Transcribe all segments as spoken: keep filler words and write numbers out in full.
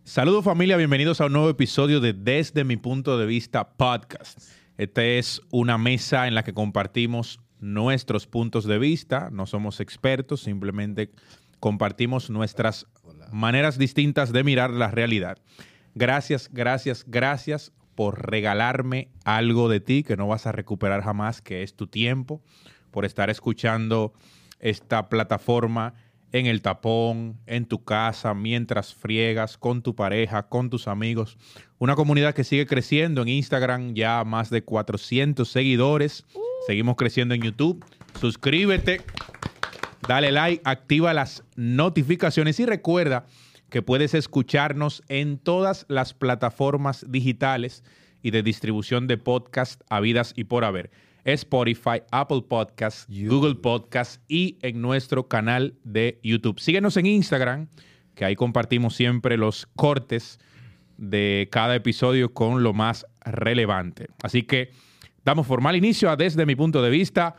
Saludos familia, bienvenidos a un nuevo episodio de Desde mi punto de vista podcast. Esta es una mesa en la que compartimos nuestros puntos de vista. No somos expertos, simplemente compartimos nuestras Hola. maneras distintas de mirar la realidad. Gracias, gracias, gracias por regalarme algo de ti que no vas a recuperar jamás, que es tu tiempo, por estar escuchando esta plataforma en el tapón, en tu casa, mientras friegas, con tu pareja, con tus amigos. Una comunidad que sigue creciendo en Instagram, ya más de cuatrocientos seguidores. Uh. Seguimos creciendo en YouTube. Suscríbete, dale like, activa las notificaciones y recuerda que puedes escucharnos en todas las plataformas digitales y de distribución de podcast habidas y por haber. Spotify, Apple Podcasts, YouTube. Google Podcasts y en nuestro canal de YouTube. Síguenos en Instagram, que ahí compartimos siempre los cortes de cada episodio con lo más relevante. Así que damos formal inicio a Desde mi punto de vista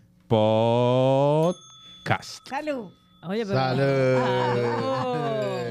podcast. ¡Salud! Oye, pero ¡Salud!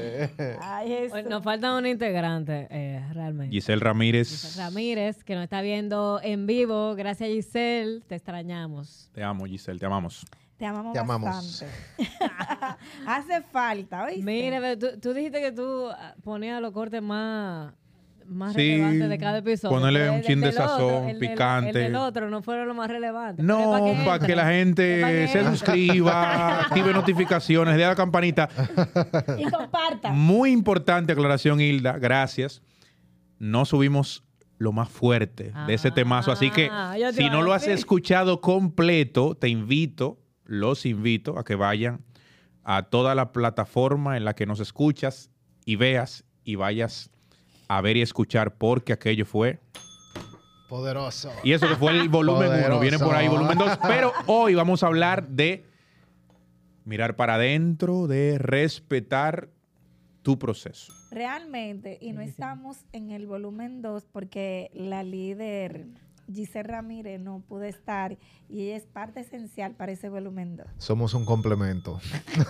Ay, nos falta un integrante, eh, realmente. Giselle Ramírez. Giselle Ramírez, que nos está viendo en vivo. Gracias, Giselle. Te extrañamos. Te amo, Giselle. Te amamos. Te amamos te bastante. Amamos. Hace falta, ¿oíste? Mira, tú, tú dijiste que tú ponías los cortes más... más sí, relevantes de cada episodio. Ponerle un chin de sazón, otro, el picante. El, el del otro no fueron los más relevantes. No, para que, pa que la gente que se suscriba, active notificaciones, dé a la campanita. Y comparta. Muy importante aclaración, Hilda. Gracias. No subimos lo más fuerte ah, de ese temazo. Así que si no lo has escuchado completo, te invito, los invito a que vayan a toda la plataforma en la que nos escuchas y veas y vayas a ver y escuchar, porque aquello fue poderoso. Y eso que fue el volumen uno, viene por ahí volumen dos. Pero hoy vamos a hablar de mirar para adentro, de respetar tu proceso. Realmente, y no estamos en el volumen dos porque la líder Giselle Ramírez no pudo estar y ella es parte esencial para ese volumen dos. Somos un complemento.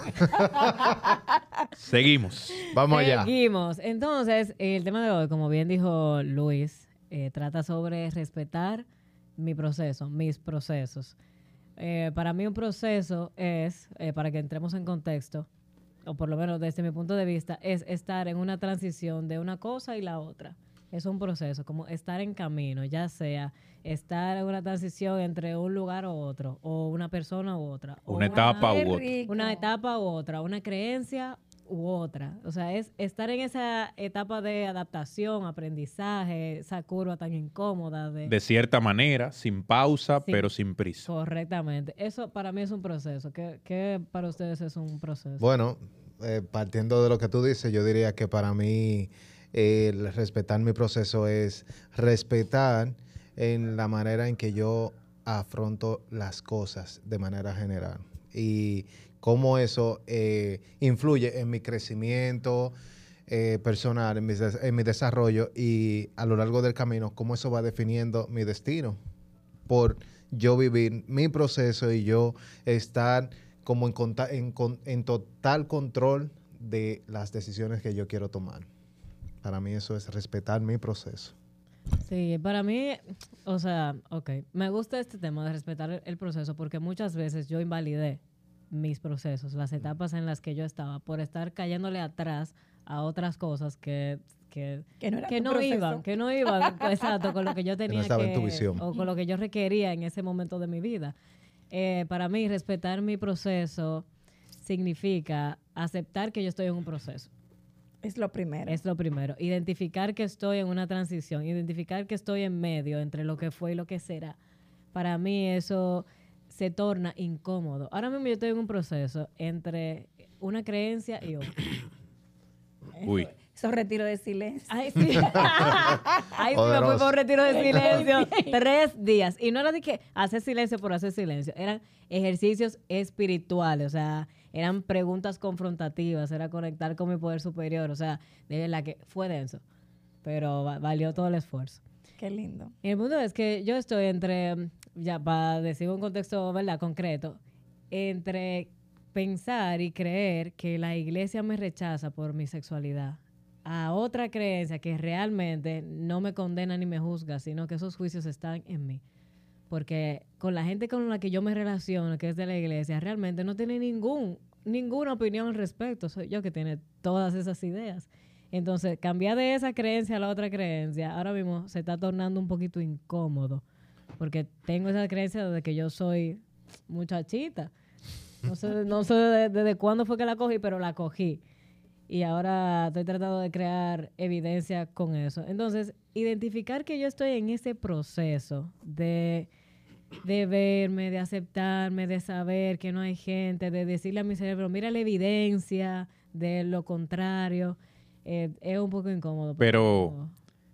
Seguimos. Vamos allá. Seguimos. Entonces, el tema de hoy, como bien dijo Luis, eh, trata sobre respetar mi proceso, mis procesos. Eh, para mí un proceso es, eh, para que entremos en contexto, o por lo menos desde mi punto de vista, es estar en una transición de una cosa y la otra. Es un proceso, como estar en camino, ya sea estar en una transición entre un lugar u otro, o una persona u otra. Una etapa u otra. Una etapa u otra, una creencia u otra. O sea, es estar en esa etapa de adaptación, aprendizaje, esa curva tan incómoda. De, de cierta manera, sin pausa, sí, pero sin prisa. Correctamente. Eso para mí es un proceso. ¿Qué, qué para ustedes es un proceso? Bueno, eh, partiendo de lo que tú dices, yo diría que para mí el respetar mi proceso es respetar en la manera en que yo afronto las cosas de manera general y cómo eso eh, influye en mi crecimiento eh, personal, en mi, en mi desarrollo y a lo largo del camino, cómo eso va definiendo mi destino por yo vivir mi proceso y yo estar como en, en, en total control de las decisiones que yo quiero tomar. Para mí eso es respetar mi proceso. Sí, para mí, o sea, ok, me gusta este tema de respetar el proceso porque muchas veces yo invalidé mis procesos, las etapas en las que yo estaba, por estar cayéndole atrás a otras cosas que que, que no, que no iban, que no iban, exacto, con lo que yo tenía que, no estaba en tu visión. O con lo que yo requería en ese momento de mi vida. Eh, para mí, respetar mi proceso significa aceptar que yo estoy en un proceso. Es lo primero. Es lo primero. Identificar que estoy en una transición, identificar que estoy en medio entre lo que fue y lo que será. Para mí eso se torna incómodo. Ahora mismo yo estoy en un proceso entre una creencia y otra. Uy. Esos retiros de silencio. Ay, sí. Ay, sí, me fui por un retiro de silencio. Tres días. Y no era de que hacer silencio por hacer silencio. Eran ejercicios espirituales. O sea, eran preguntas confrontativas. Era conectar con mi poder superior. O sea, de verdad que fue denso. Pero valió todo el esfuerzo. Qué lindo. Y el punto es que yo estoy entre, ya para decir un contexto, ¿verdad?, concreto, entre pensar y creer que la iglesia me rechaza por mi sexualidad a otra creencia que realmente no me condena ni me juzga, sino que esos juicios están en mí. Porque con la gente con la que yo me relaciono, que es de la iglesia, realmente no tiene ningún, ninguna opinión al respecto. Soy yo que tiene todas esas ideas. Entonces, cambiar de esa creencia a la otra creencia, ahora mismo se está tornando un poquito incómodo. Porque tengo esa creencia desde que yo soy muchachita. No sé, no sé desde, desde cuándo fue que la cogí, pero la cogí. Y ahora estoy tratando de crear evidencia con eso. Entonces, identificar que yo estoy en ese proceso de, de verme, de aceptarme, de saber que no hay gente, de decirle a mi cerebro, mira la evidencia de lo contrario, eh, es un poco incómodo. Pero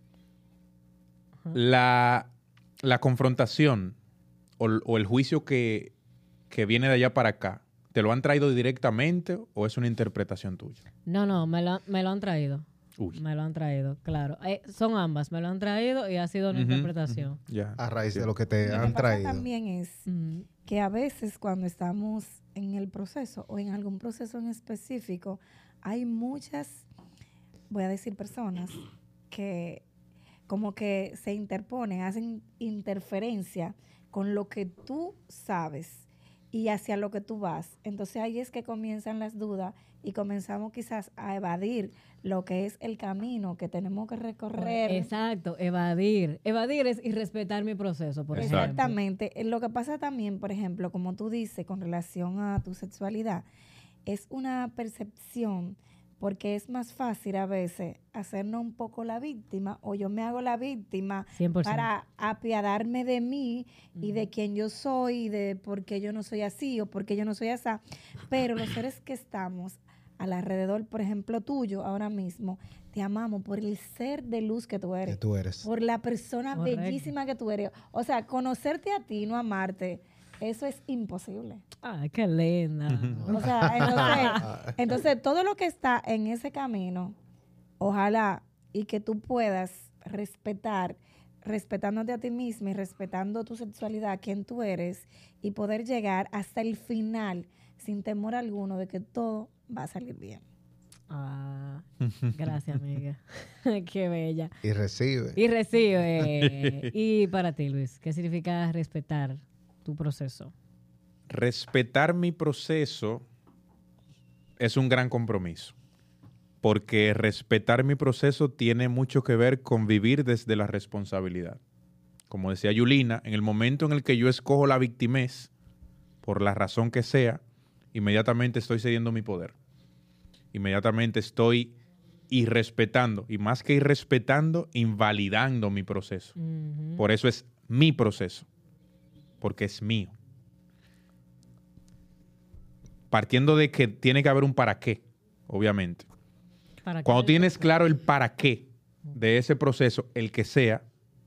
la, la confrontación o, o el juicio que, que viene de allá para acá, ¿te lo han traído directamente o es una interpretación tuya? No, no, me lo, me lo han traído. Uy. Me lo han traído, claro. Eh, son ambas, me lo han traído y ha sido una Ujú, interpretación. ujú, ya. A raíz Sí. de lo que te Lo que han pasa traído. también es Mm. que a veces cuando estamos en el proceso o en algún proceso en específico, hay muchas, voy a decir personas, que como que se interponen, hacen interferencia con lo que tú sabes y hacia lo que tú vas. Entonces ahí es que comienzan las dudas y comenzamos quizás a evadir lo que es el camino que tenemos que recorrer. Exacto, evadir. Evadir es irrespetar mi proceso, por Exacto. ejemplo. Exactamente. Eh, Lo que pasa también, por ejemplo, como tú dices, con relación a tu sexualidad, es una percepción, porque es más fácil a veces hacernos un poco la víctima, o yo me hago la víctima cien por ciento. para apiadarme de mí y de quién yo soy, y de por qué yo no soy así o por qué yo no soy así. Pero los seres que estamos al alrededor, por ejemplo, tuyo ahora mismo, te amamos por el ser de luz que tú Que eres. tú eres. Por la persona Correcto. bellísima que tú eres. O sea, conocerte a ti, no amarte, eso es imposible. Ay, qué linda. O sea, entonces, entonces, todo lo que está en ese camino, ojalá y que tú puedas respetar, respetándote a ti misma y respetando tu sexualidad, quién tú eres, y poder llegar hasta el final sin temor alguno de que todo va a salir bien. Ah, gracias, amiga. Qué bella. Y recibe. Y recibe. Y para ti, Luis, ¿qué significa respetar tu proceso? Respetar mi proceso es un gran compromiso, porque respetar mi proceso tiene mucho que ver con vivir desde la responsabilidad. Como decía Yulina, en el momento en el que yo escojo la victimez, por la razón que sea, inmediatamente estoy cediendo mi poder. Inmediatamente estoy irrespetando, y más que irrespetando, invalidando mi proceso. Ujú. Por eso es mi proceso, porque es mío. Partiendo de que tiene que haber un para qué, obviamente. ¿Para qué Cuando te- tienes claro el para qué de ese proceso, el que sea,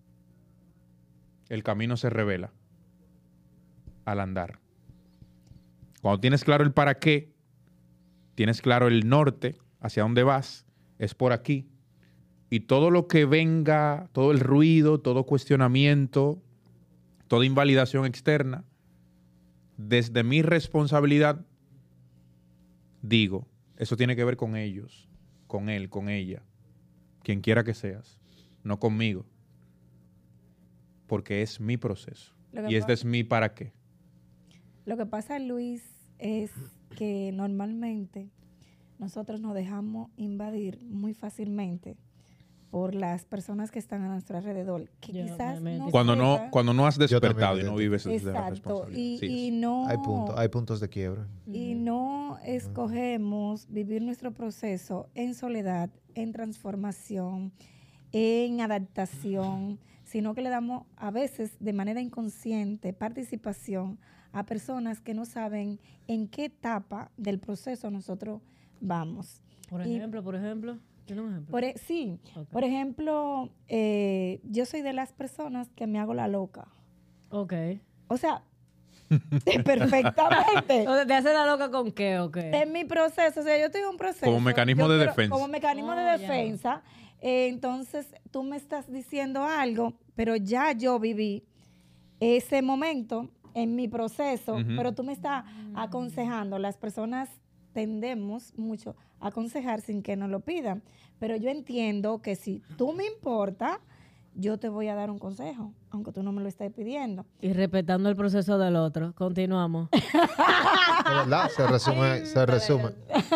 el camino se revela al andar. Cuando tienes claro el para qué, tienes claro el norte, hacia dónde vas, es por aquí. Y todo lo que venga, todo el ruido, todo cuestionamiento, toda invalidación externa, desde mi responsabilidad, digo, eso tiene que ver con ellos, con él, con ella, quien quiera que seas, no conmigo, porque es mi proceso Lo que y este pa- es mi para qué. Lo que pasa, Luis, es que normalmente nosotros nos dejamos invadir muy fácilmente por las personas que están a nuestro alrededor, que Yo quizás me- me no Cuando no, sepan- cuando no has también despertado me y no identifico. vives desde la Exacto, responsabilidad. y, Sí, y sí. no Hay puntos, hay puntos de quiebra. y no escogemos vivir nuestro proceso en soledad, en transformación, en adaptación, sino que le damos a veces de manera inconsciente participación a personas que no saben en qué etapa del proceso nosotros vamos. Por y- ejemplo, por ejemplo. ¿Tiene un ejemplo? Por, e- sí, Ok. por ejemplo, eh, yo soy de las personas que me hago la loca. Ok. O sea, perfectamente. O sea, ¿te hace la loca con qué o qué? En mi proceso, o sea, yo tengo un proceso. Como mecanismo yo de quiero- defensa. Como mecanismo Oh, de ya. defensa. eh, entonces, tú me estás diciendo algo, pero ya yo viví ese momento en mi proceso, Ujú. pero tú me estás aconsejando. Las personas tendemos mucho a aconsejar sin que nos lo pidan. Pero yo entiendo que si tú me importas, yo te voy a dar un consejo, aunque tú no me lo estés pidiendo. Y respetando el proceso del otro. Continuamos. De verdad, se resume, se resume.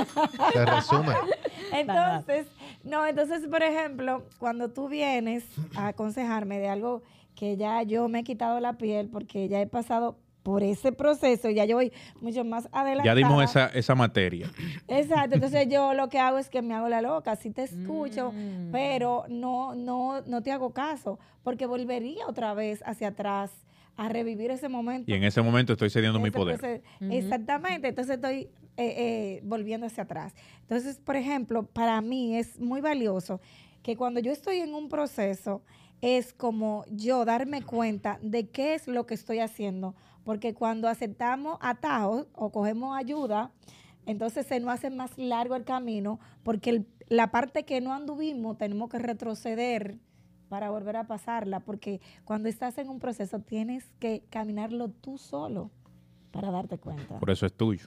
Se resume. Entonces, no, entonces, por ejemplo, cuando tú vienes a aconsejarme de algo que ya yo me he quitado la piel porque ya he pasado por ese proceso, ya yo voy mucho más adelantada. Ya dimos esa, esa materia. Exacto, entonces yo lo que hago es que me hago la loca, sí te escucho, Mm. pero no, no, no te hago caso, porque volvería otra vez hacia atrás a revivir ese momento. Y en ese momento estoy cediendo mi Ese poder. proceso- Ujú. Exactamente, entonces estoy eh, eh, volviendo hacia atrás. Entonces, por ejemplo, para mí es muy valioso que cuando yo estoy en un proceso, es como yo darme cuenta de qué es lo que estoy haciendo, porque cuando aceptamos atajos o cogemos ayuda, entonces se nos hace más largo el camino, porque el- la parte que no anduvimos tenemos que retroceder para volver a pasarla, porque cuando estás en un proceso tienes que caminarlo tú solo para darte cuenta. Por eso es tuyo.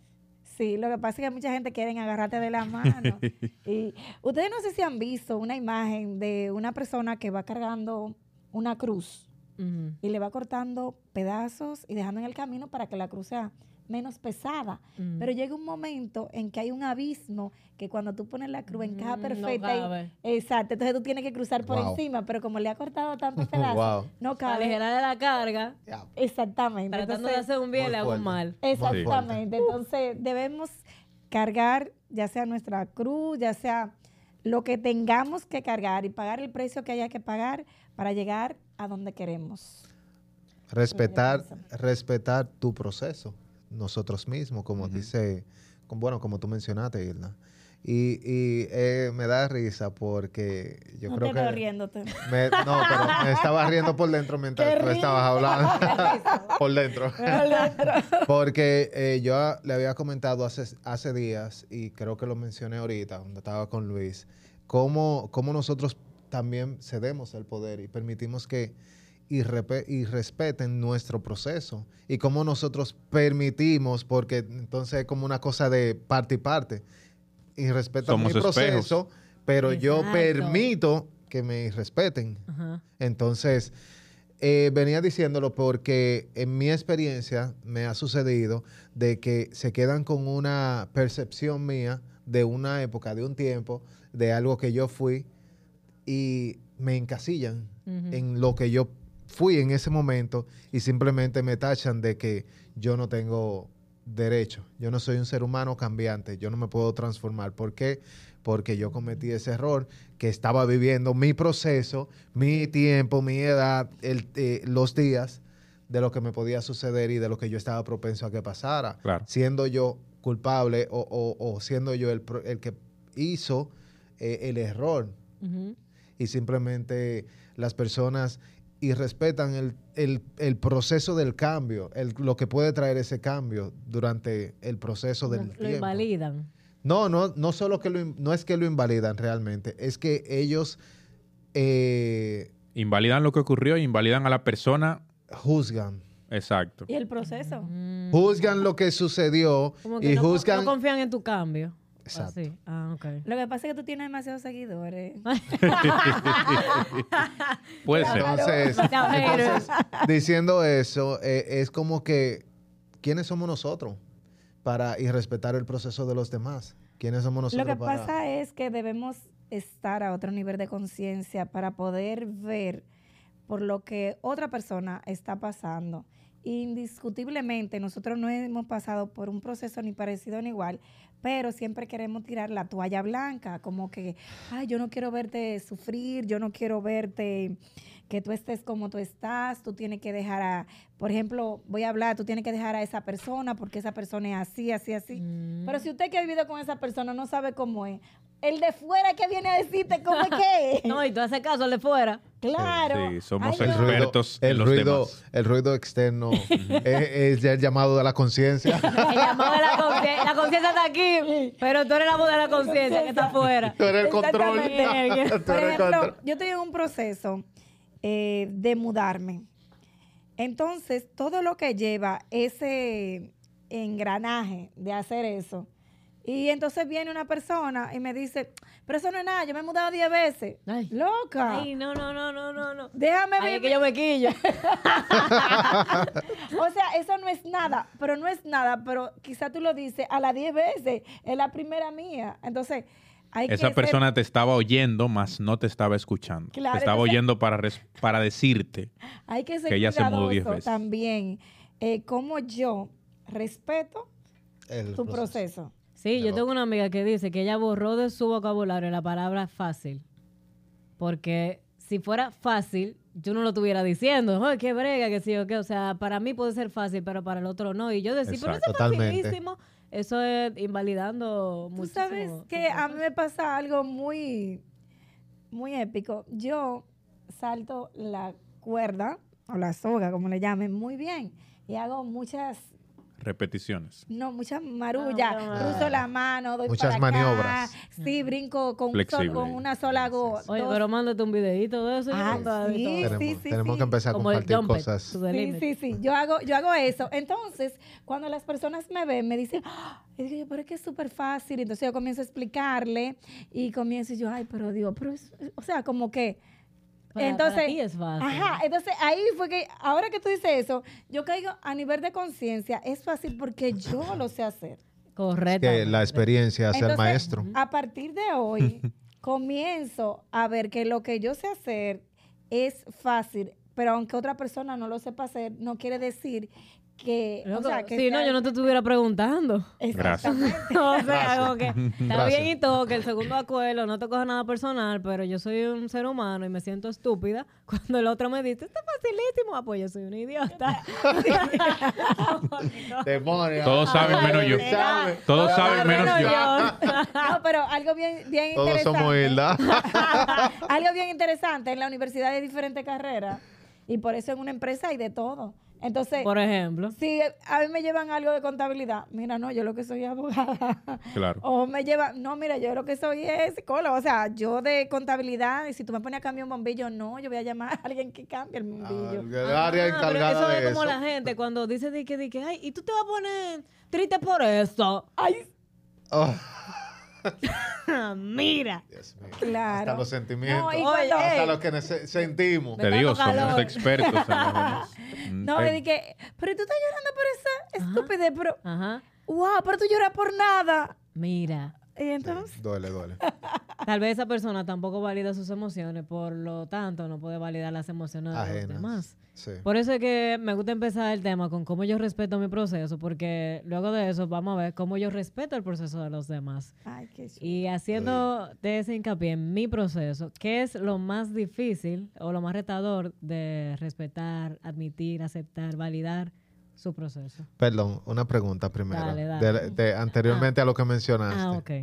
Sí, lo que pasa es que mucha gente quiere agarrarte de la mano. Y ustedes no sé si han visto una imagen de una persona que va cargando una cruz Ujú. y le va cortando pedazos y dejando en el camino para que la cruz sea menos pesada. Mm. Pero llega un momento en que hay un abismo que cuando tú pones la cruz encaja Mm, no perfecta. y- cabe. exacto, entonces tú tienes que cruzar por Wow. encima, pero como le ha cortado tantos pedazos, Wow. no Para cabe. aligerar de la carga, Ya. Exactamente. tratando de Entonces, hacer un bien, Muy le hago un fuerte. mal. exactamente. Entonces, debemos cargar ya sea nuestra cruz, ya sea lo que tengamos que cargar y pagar el precio que haya que pagar para llegar a donde queremos. Respetar, Yo pienso. respetar tu proceso, nosotros mismos, como Ujú. dice, como- bueno, como tú mencionaste, Irna. Y, y eh, me da risa porque yo no creo te que... veo riéndote. me- no, pero me estaba riendo por dentro mientras Qué tú estabas hablando. por dentro. Por Porque eh, yo a- le había comentado hace, hace días, y creo que lo mencioné ahorita, cuando estaba con Luis, cómo, cómo nosotros también cedemos el poder y permitimos que y, repe- y respeten nuestro proceso. Y cómo nosotros permitimos, porque entonces es como una cosa de parte y parte, y respetan Somos mi proceso, espejos. pero yo Exacto. permito que me respeten. Ajá. Entonces, eh, venía diciéndolo porque en mi experiencia me ha sucedido de que se quedan con una percepción mía de una época, de un tiempo, de algo que yo fui y me encasillan Ujú. en lo que yo fui en ese momento y simplemente me tachan de que yo no tengo derecho. Yo no soy un ser humano cambiante, yo no me puedo transformar. ¿Por qué? Porque yo cometí ese error, que estaba viviendo mi proceso, mi tiempo, mi edad, el, eh, los días de lo que me podía suceder y de lo que yo estaba propenso a que pasara. Claro. Siendo yo culpable o, o- o siendo yo el, pro- el que hizo eh, el error. Ujú. Y simplemente las personas y respetan el, el- el proceso del cambio, el- lo que puede traer ese cambio durante el proceso del Lo tiempo. invalidan. No, no, no solo que lo, in- no es que lo invalidan realmente, es que ellos eh, Invalidan lo que ocurrió e invalidan a la persona. juzgan. Exacto. Y el proceso. Mm. Juzgan lo que sucedió Como que y no, juzgan... no confían en tu cambio. Exacto. Así. Ah, ok. Lo que pasa es que tú tienes demasiados seguidores. Puede ser. Entonces, Demasiado entonces, diciendo eso, eh, es como que, ¿quiénes somos nosotros para y respetar el proceso de los demás? ¿Quiénes somos Lo nosotros que para...? pasa es que debemos estar a otro nivel de conciencia para poder ver por lo que otra persona está pasando. Indiscutiblemente, nosotros no hemos pasado por un proceso ni parecido ni igual, pero siempre queremos tirar la toalla blanca, como que, ay, yo no quiero verte sufrir, yo no quiero verte que tú estés como tú estás, tú tienes que dejar a, por ejemplo, voy a hablar, tú tienes que dejar a esa persona porque esa persona es así, así, así. Mm. Pero si usted que ha vivido con esa persona no sabe cómo es, el de fuera que viene a decirte cómo es que es. No, y tú haces caso al de fuera. Claro. Sí, somos Ay, El no. ruido, expertos en el los ruido, demás. el ruido externo es, es ya el llamado de la conciencia. El llamado de la conciencia. La conciencia está aquí, pero tú eres la voz de la conciencia que está afuera. Tú eres el control. Exactamente. Tú Por eres el ejemplo, control. yo estoy en un proceso eh, de mudarme. Entonces, todo lo que lleva ese engranaje de hacer eso, Y entonces viene una persona y me dice, pero eso no es nada, yo me he mudado diez veces. Ay. Loca. Ay, no, no, no, no, no, no. Déjame Ay, ver. es que yo me quillo. O sea, eso no es nada, pero no es nada, pero quizá tú lo dices a las diez veces, es la primera mía. Entonces, hay Esa que persona ser, te estaba oyendo, mas no te estaba escuchando. Claro, te estaba entonces- oyendo para, res- para decirte. hay que ser que ella se mudó diez cuidadoso veces. también, eh, como yo respeto El tu proceso. Sí, De yo tengo una amiga que dice que ella borró de su vocabulario la palabra fácil. Porque si fuera fácil, yo no lo estuviera diciendo. ¡Ay, qué brega, que sí o qué! O sea, para mí puede ser fácil, pero para el otro no. Y yo decía, pero eso Exacto. es Totalmente. facilísimo. Eso es invalidando Tú muchísimo. sabes que a mí me pasa algo muy, muy épico. Yo salto la cuerda, o la soga, como le llamen, muy bien. Y hago muchas, Repeticiones. no, muchas marullas. Ah, bueno. Cruzo la mano, doy Muchas para acá. maniobras. Sí, brinco con, un Flexible. sol- con una sola go. Oye, dos- pero mándate un videito de eso. y Ah, manda de sí, todo. Tenemos, sí, sí, tenemos sí. que empezar a Como el compartir jump it, cosas. to the Sí, limit. sí, sí. Yo hago, yo hago eso. Entonces, cuando las personas me ven, me dicen, ¡ah! Y digo yo, pero es que es súper fácil. Entonces yo comienzo a explicarle y comienzo y yo, ay, pero digo, pero es, o sea, como que. Para- entonces, para ti es fácil. ajá, entonces ahí fue que, ahora que tú dices eso, yo caigo a nivel de conciencia, es fácil porque yo lo sé hacer. Correcto. Que la experiencia hace al Entonces, maestro. a partir de hoy, comienzo a ver que lo que yo sé hacer es fácil, pero aunque otra persona no lo sepa hacer, no quiere decir que, o sea, que sí, no, sea- yo no te estuviera preguntando. Gracias. Exactamente. O sea, como que está Gracias. bien y todo, que el segundo acuerdo no te coja nada personal, pero yo soy un ser humano y me siento estúpida cuando el otro me dice, está facilísimo, ah, pues yo soy un idiota. Demonios. Todos saben menos yo. Sabe. Todos saben menos yo. No, pero algo bien, bien Todos interesante. somos Hilda. Algo bien interesante, en la universidad hay diferentes carreras y por eso en una empresa hay de todo. Entonces, Por ejemplo. si a mí me llevan algo de contabilidad, mira, no, yo lo que soy es abogada. Claro. O me llevan, no, mira, yo lo que soy es psicólogo. O sea, yo de contabilidad, y si tú me pones a cambiar un bombillo, no, yo voy a llamar a alguien que cambie el bombillo. El área Ah, pero encargada eso de es como eso. la gente cuando dice de que, de que, ay, y tú te vas a poner triste por eso. Ay, Oh, Mira. Dios mío. claro. Hasta los sentimientos. No, y Oye, cuando- Hasta ey. lo que nece- sentimos. Me Te está digo, tocando. somos expertos en los demás. No, Te- y dije, pero tú estás llorando por esa estupidez, pero, Ajá. wow, pero tú lloras por nada. Mira. Y entonces, Duele, duele. Tal vez esa persona tampoco valida sus emociones, por lo tanto no puede validar las emociones de los Ajenas. demás. Sí. Por eso es que me gusta empezar el tema con cómo yo respeto mi proceso, porque luego de eso vamos a ver cómo yo respeto el proceso de los demás. ay, qué chulo. Y haciendo de ese hincapié en mi proceso, ¿qué es lo más difícil o lo más retador de respetar, admitir, aceptar, validar su proceso? Perdón, una pregunta primero. Dale, dale. De- de- anteriormente a lo que mencionaste. Ah, ok.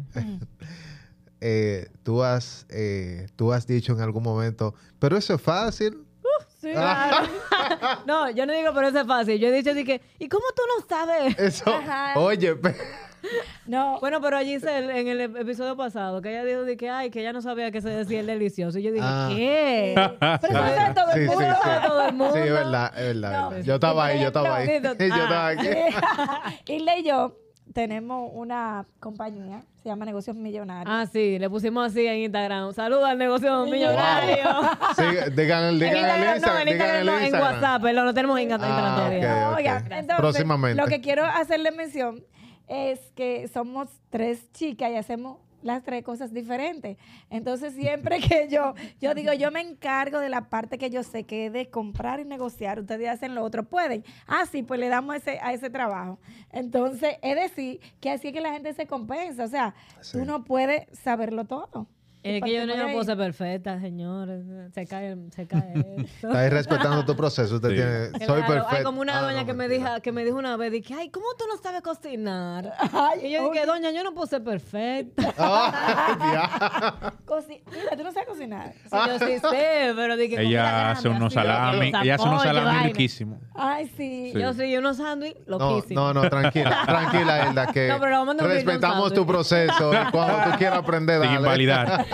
Eh, tú, has, eh, tú has dicho en algún momento, pero eso es fácil. Sí, Ah. claro. No, yo no digo, pero eso es fácil. Yo he dicho así que, ¿y cómo tú no sabes? Eso, Ajá. oye, pe- No, Bueno, pero allí Giselle, en el ep- episodio pasado, que ella dijo de que, ay, que ella no sabía que se decía el delicioso. Y yo dije, Ah. ¿qué? pero eso sabe todo el Sí, sí, mundo. sí. Todo el mundo. Sí, es verdad, es verdad. No. es verdad. Yo estaba ahí, yo estaba ahí. Por ejemplo, yo estaba aquí. Isla y yo tenemos una compañía, se llama Negocios Millonarios. Ah, sí, le pusimos así en Instagram. Saluda al negocio millonario. Sí, digan el, En digan el Instagram no, Instagram. en digan Instagram el no, en Instagram. WhatsApp, pero no tenemos en Instagram Ah, todavía. ok. Oiga, entonces, Próximamente. lo que quiero hacerle mención es que somos tres chicas y hacemos las tres cosas diferentes. Entonces, siempre que yo, yo digo, yo me encargo de la parte que yo sé que es de comprar y negociar, ustedes hacen lo otro, pueden. Ah, sí, pues le damos ese, a ese trabajo. Entonces, es decir, que así es que la gente se compensa. O sea, Sí. tú no puedes saberlo todo. Es que yo no Partimos de no ahí. puedo ser perfecta, señores. Se cae, se cae esto. Estáis respetando tu proceso. Usted Sí. tiene, soy Claro, perfecto. Hay como una Ah, doña no, que, me mentira. dijo, que me dijo una vez, dije, ay, ¿cómo tú no sabes cocinar? Ay, Y yo dije, oye. doña, yo no puedo ser perfecta. Ay, ya. Coci- Mira, tú no sabes cocinar. Sí, yo sí sé, pero dije, comida Ella grande, hace unos así, salami, los ella hace unos zapollos, salami vaina. riquísimos. Ay, sí. Sí. Yo sí, y unos sándwiches No, loquísimos. no, no, tranquila, tranquila, Hilda, que No, pero vamos a mandar un video respetamos un tu proceso y cuando tú quieras aprender, Sin dale. invalidar.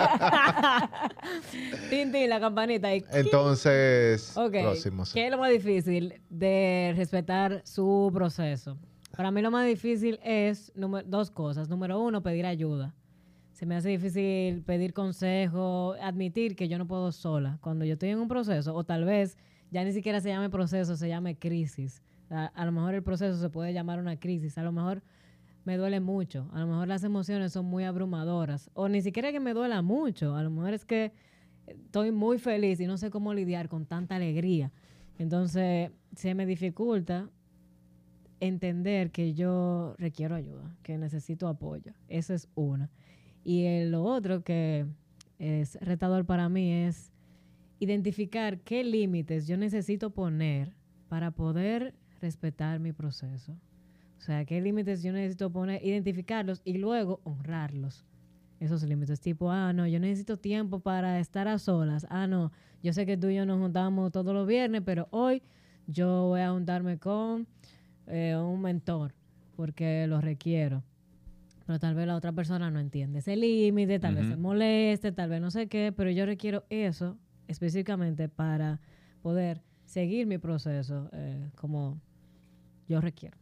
Tin, tin, la campanita. Y Entonces, Ok, próximo. sí. ¿qué es lo más difícil de respetar su proceso? Para mí lo más difícil es número- dos cosas. Número uno, pedir ayuda. Se me hace difícil pedir consejo, admitir que yo no puedo sola. Cuando yo estoy en un proceso, o tal vez ya ni siquiera se llame proceso, se llame crisis. A, a lo mejor el proceso se puede llamar una crisis. A lo mejor me duele mucho. A lo mejor las emociones son muy abrumadoras. O ni siquiera que me duela mucho. A lo mejor es que estoy muy feliz y no sé cómo lidiar con tanta alegría. Entonces, se me dificulta entender que yo requiero ayuda, que necesito apoyo. Eso es una. Y el- lo otro que es retador para mí es identificar qué límites yo necesito poner para poder respetar mi proceso. O sea, qué límites yo necesito poner, identificarlos y luego honrarlos. Esos límites, tipo, ah, no, yo necesito tiempo para estar a solas. Ah, no, yo sé que tú y yo nos juntamos todos los viernes, pero hoy yo voy a juntarme con eh, un mentor porque lo requiero. Pero tal vez la otra persona no entiende ese límite, tal vez Ujú. se moleste, tal vez no sé qué, pero yo requiero eso específicamente para poder seguir mi proceso eh, como yo requiero.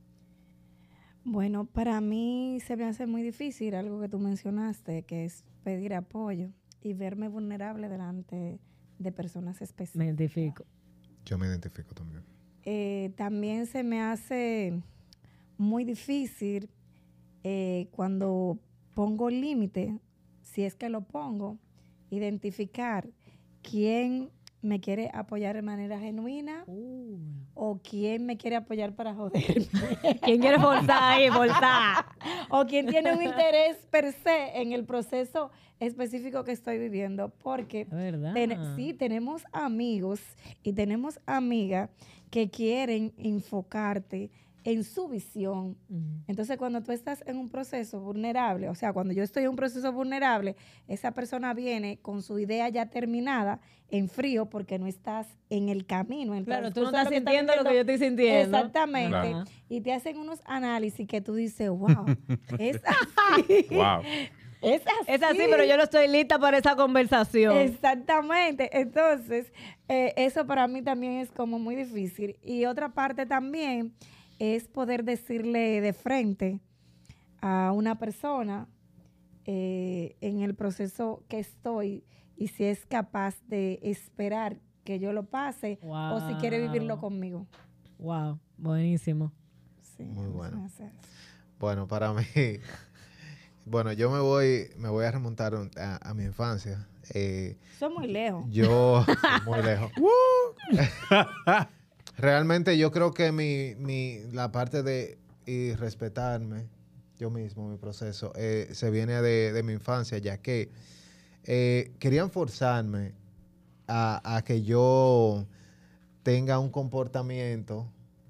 Bueno, para mí se me hace muy difícil algo que tú mencionaste, que es pedir apoyo y verme vulnerable delante de personas Me específicas. identifico. Yo me identifico también. Eh, también se me hace muy difícil eh, cuando pongo límite, si es que lo pongo, identificar quién me quiere apoyar de manera genuina Uh. o quién me quiere apoyar para joderme. ¿Quién quiere forzar ahí? Forzar. O quien tiene un interés per se en el proceso específico que estoy viviendo. Porque Es verdad. ten- sí, tenemos amigos y tenemos amigas que quieren enfocarte en su visión. Ujú. Entonces, cuando tú estás en un proceso vulnerable, o sea, cuando yo estoy en un proceso vulnerable, esa persona viene con su idea ya terminada en frío porque no estás en el camino. en el Claro, tú no transcurso de estás que sintiendo lo que yo estoy sintiendo. Exactamente. Ajá. Y te hacen unos análisis que tú dices, wow, es así. Wow. Es así. Es así, pero yo no estoy lista para esa conversación. Exactamente. Entonces, eh, eso para mí también es como muy difícil. Y otra parte también es poder decirle de frente a una persona eh, en el proceso que estoy y si es capaz de esperar que yo lo pase o si quiere vivirlo Wow. conmigo. Wow, buenísimo. Sí, Muy a mí se bueno. me hace eso. Bueno, para mí, bueno, yo me voy, me voy a remontar un- a, a mi infancia. Eh, Soy muy lejos. yo, muy lejos. Realmente yo creo que mi, mi, la parte de y respetarme yo mismo, mi proceso, eh, se viene de, de mi infancia, ya que eh, querían forzarme a, a que yo tenga un comportamiento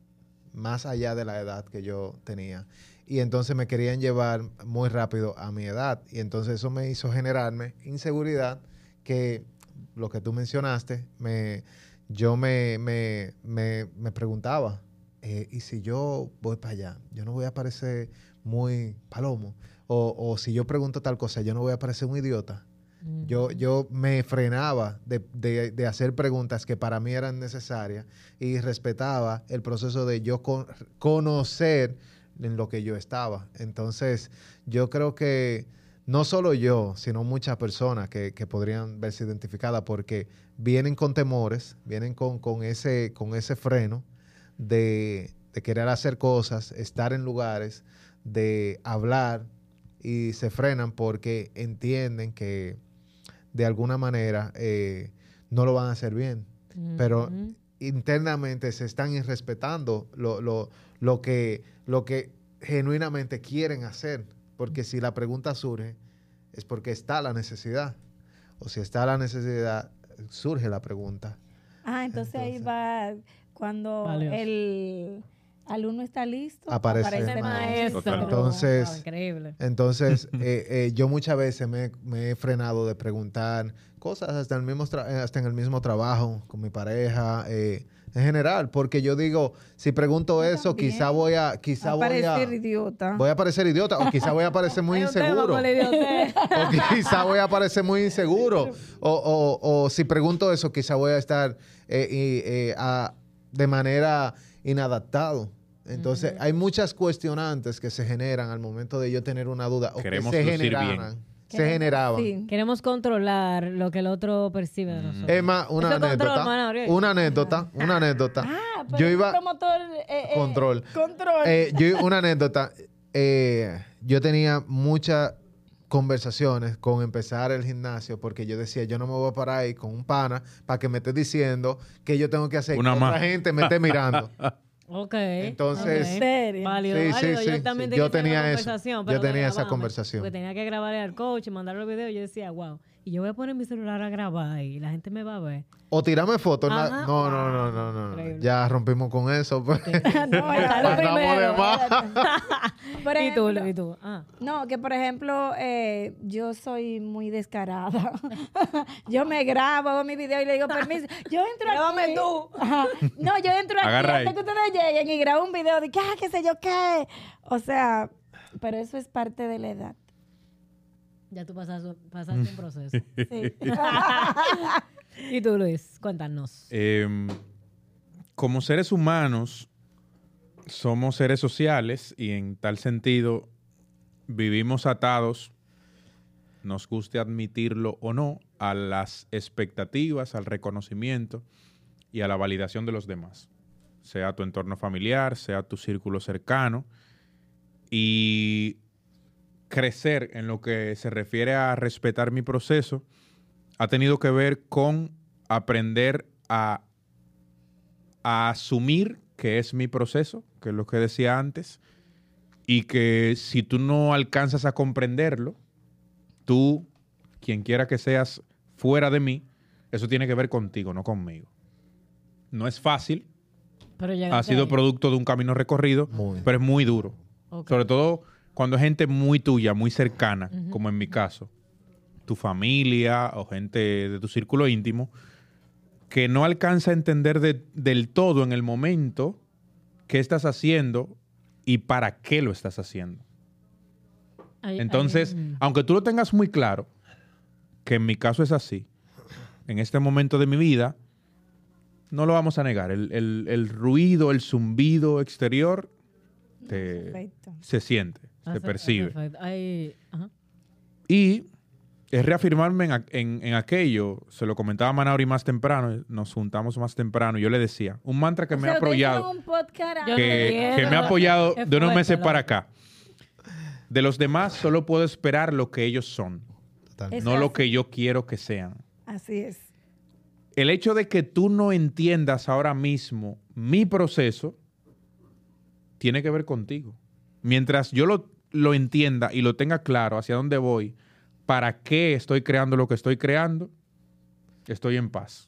más allá de la edad que yo tenía. Y entonces me querían llevar muy rápido a mi edad. Y entonces eso me hizo generarme inseguridad que, lo que tú mencionaste, me, yo me, me, me, me preguntaba, eh, ¿y si yo voy para allá? Yo no voy a parecer muy palomo. O, o si yo pregunto tal cosa, yo no voy a parecer un idiota. Yo, yo me frenaba de, de- de hacer preguntas que para mí eran necesarias y respetaba el proceso de yo con- conocer en lo que yo estaba. Entonces, yo creo que no solo yo, sino muchas personas que, que podrían verse identificadas porque vienen con temores, vienen con, con ese, con ese freno de, de querer hacer cosas, estar en lugares, de hablar y se frenan porque entienden que de alguna manera eh, no lo van a hacer bien, Ujú. pero internamente se están irrespetando lo, lo, lo, que, lo que genuinamente quieren hacer, porque si la pregunta surge es porque está la necesidad, o si está la necesidad, surge la pregunta. Ah, entonces, ahí Entonces- va cuando Valioso. el alumno está listo, Aparece aparece el el maestro. maestro. Total. Entonces- Wow, increíble. Entonces, eh, eh, yo muchas veces me, me he frenado de preguntar cosas hasta, el mismo tra- hasta en el mismo trabajo, con mi pareja, eh, en general, porque yo digo, si pregunto Yo eso, también. quizá voy a, quizá voy a, Aparecer idiota. voy a parecer idiota, o quizá voy a parecer muy Hay un tema inseguro, con la idiotez. o quizá voy a parecer muy inseguro, o, o- o si pregunto eso, quizá voy a estar eh, y, eh, a- de manera inadaptado. Entonces, Ujú. hay muchas cuestionantes que se generan al momento de yo tener una duda o Queremos que se lucir bien. generaran, se Queremos- generaban. sí. Queremos controlar lo que el otro percibe de Mm. nosotros. Es más, una Eso es control, anécdota, Manuel. una anécdota, una anécdota. Ah, pero Yo un iba- promotor... eh, eh, Control. Control. Eh, yo, una anécdota. eh, yo tenía muchas conversaciones con empezar el gimnasio porque yo decía, yo no me voy a parar ahí con un pana para que me esté diciendo que yo tengo que hacer Una que más. otra gente me esté mirando. Ok. Entonces- ok. ¿En serio? Válido, Sí, sí, válido. sí, Yo también sí. tenía, Yo esa tenía eso. conversación, Yo pero tenía esa grabame, conversación. Porque tenía que grabar al coach y mandar los videos. Yo decía, wow. Y yo voy a poner mi celular a grabar y la gente me va a ver. O tirarme fotos. na- Ajá. No, no, no, no, no, no. Increíble. Ya rompimos con eso. pues. No, ya Lo va. primero. de más. Por y tú, ejemplo, y tú. Ah. no, que por ejemplo, eh, yo soy muy descarada. Yo me grabo, hago mi video y le digo, permiso, yo entro Grábame aquí. tú. Ajá. No, yo entro aquí Agarra antes ahí. que ustedes lleguen y grabo un video de que, ah, qué sé yo qué. O sea, pero eso es parte de la edad. Ya tú pasaste, pasaste un proceso. Sí. Y tú, Luis, cuéntanos. Em, como seres humanos, somos seres sociales y en tal sentido vivimos atados, nos guste admitirlo o no, a las expectativas, al reconocimiento y a la validación de los demás, sea tu entorno familiar, sea tu círculo cercano. Y crecer en lo que se refiere a respetar mi proceso ha tenido que ver con aprender a, a asumir que es mi proceso, que es lo que decía antes, y que si tú no alcanzas a comprenderlo, tú, quien quiera que seas fuera de mí, eso tiene que ver contigo, no conmigo. No es fácil, Pero ha llegaste sido ahí. producto de un camino recorrido, Muy. pero es muy duro. Ok. Sobre todo cuando es gente muy tuya, muy cercana, Ujú. como en mi caso, tu familia o gente de tu círculo íntimo, que no alcanza a entender de- del todo en el momento qué estás haciendo y para qué lo estás haciendo. Hay- Entonces, hay un- aunque tú lo tengas muy claro, que en mi caso es así, en este momento de mi vida, no lo vamos a negar. El, el- el ruido, el zumbido exterior te- Perfecto. se siente, se Hace- percibe. perfecto. Hay- ajá. Y es reafirmarme en, a- en- en aquello, se lo comentaba a Manauri más temprano, nos juntamos más temprano, y yo le decía, un mantra que O me sea, ha ustedes apoyado, hicieron un podcast Yo no que, entiendo. que me ha apoyado Es de unos fuerte, meses loco. para acá. De los demás solo puedo esperar lo que ellos son, Total. Es no lo así. que yo quiero que sean. Así es. El hecho de que tú no entiendas ahora mismo mi proceso tiene que ver contigo. Mientras yo lo, lo entienda y lo tenga claro hacia dónde voy, para qué estoy creando lo que estoy creando, estoy en paz.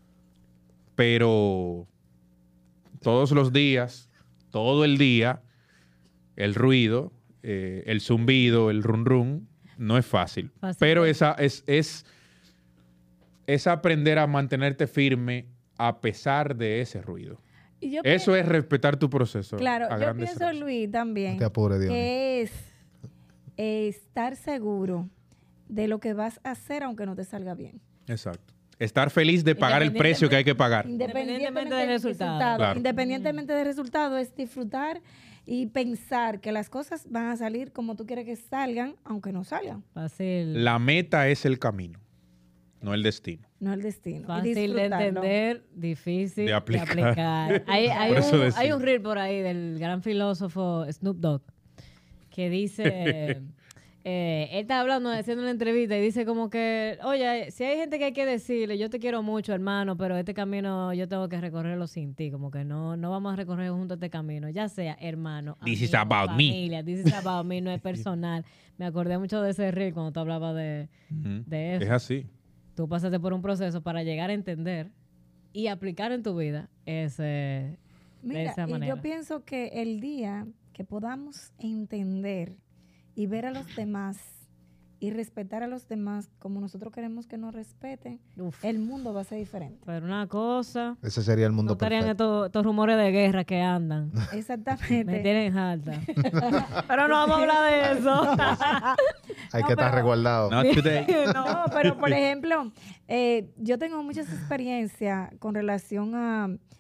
Pero todos los días, todo el día, el ruido, eh, el zumbido, el run run, no es fácil. Fácil. Pero esa es, es, es aprender a mantenerte firme a pesar de ese ruido. Y yo Eso es respetar tu proceso. Claro, a yo grandes pienso, rasgos. Luis, también, No te apures, Dios. que es eh, estar seguro de lo que vas a hacer aunque no te salga bien. Exacto. Estar feliz de pagar el precio que hay que pagar. Independientemente del resultado. Claro. Independientemente del resultado, es disfrutar y pensar que las cosas van a salir como tú quieres que salgan, aunque no salgan. Fácil. La meta es el camino, no el destino. No el destino. Y Fácil de disfrutarlo. entender, difícil De de aplicar. aplicar. Hay, hay Por eso un, decía. hay un reel por ahí del gran filósofo Snoop Dogg que dice, eh, él está hablando, haciendo una entrevista y dice como que, oye, si hay gente que hay que decirle, yo te quiero mucho, hermano, pero este camino yo tengo que recorrerlo sin ti, como que no, no vamos a recorrer juntos este camino, ya sea hermano, This is amigo, about me. familia, this is about me, no es personal. Me acordé mucho de ese reel cuando tú hablabas de, Ujú. de eso. Es así. Tú pasaste por un proceso para llegar a entender y aplicar en tu vida ese, de Mira, esa y manera. yo pienso que el día que podamos entender y ver a los demás y respetar a los demás como nosotros queremos que nos respeten, Uf, el mundo va a ser diferente. pero una cosa, Ese sería el no mundo estarían perfecto. estos, estos rumores de guerra que andan. Me Exactamente. tienen harta. Pero no vamos a hablar de eso. Hay No, que estar pero- resguardado. Not today. No, pero por ejemplo, eh, yo tengo muchas experiencias con relación a,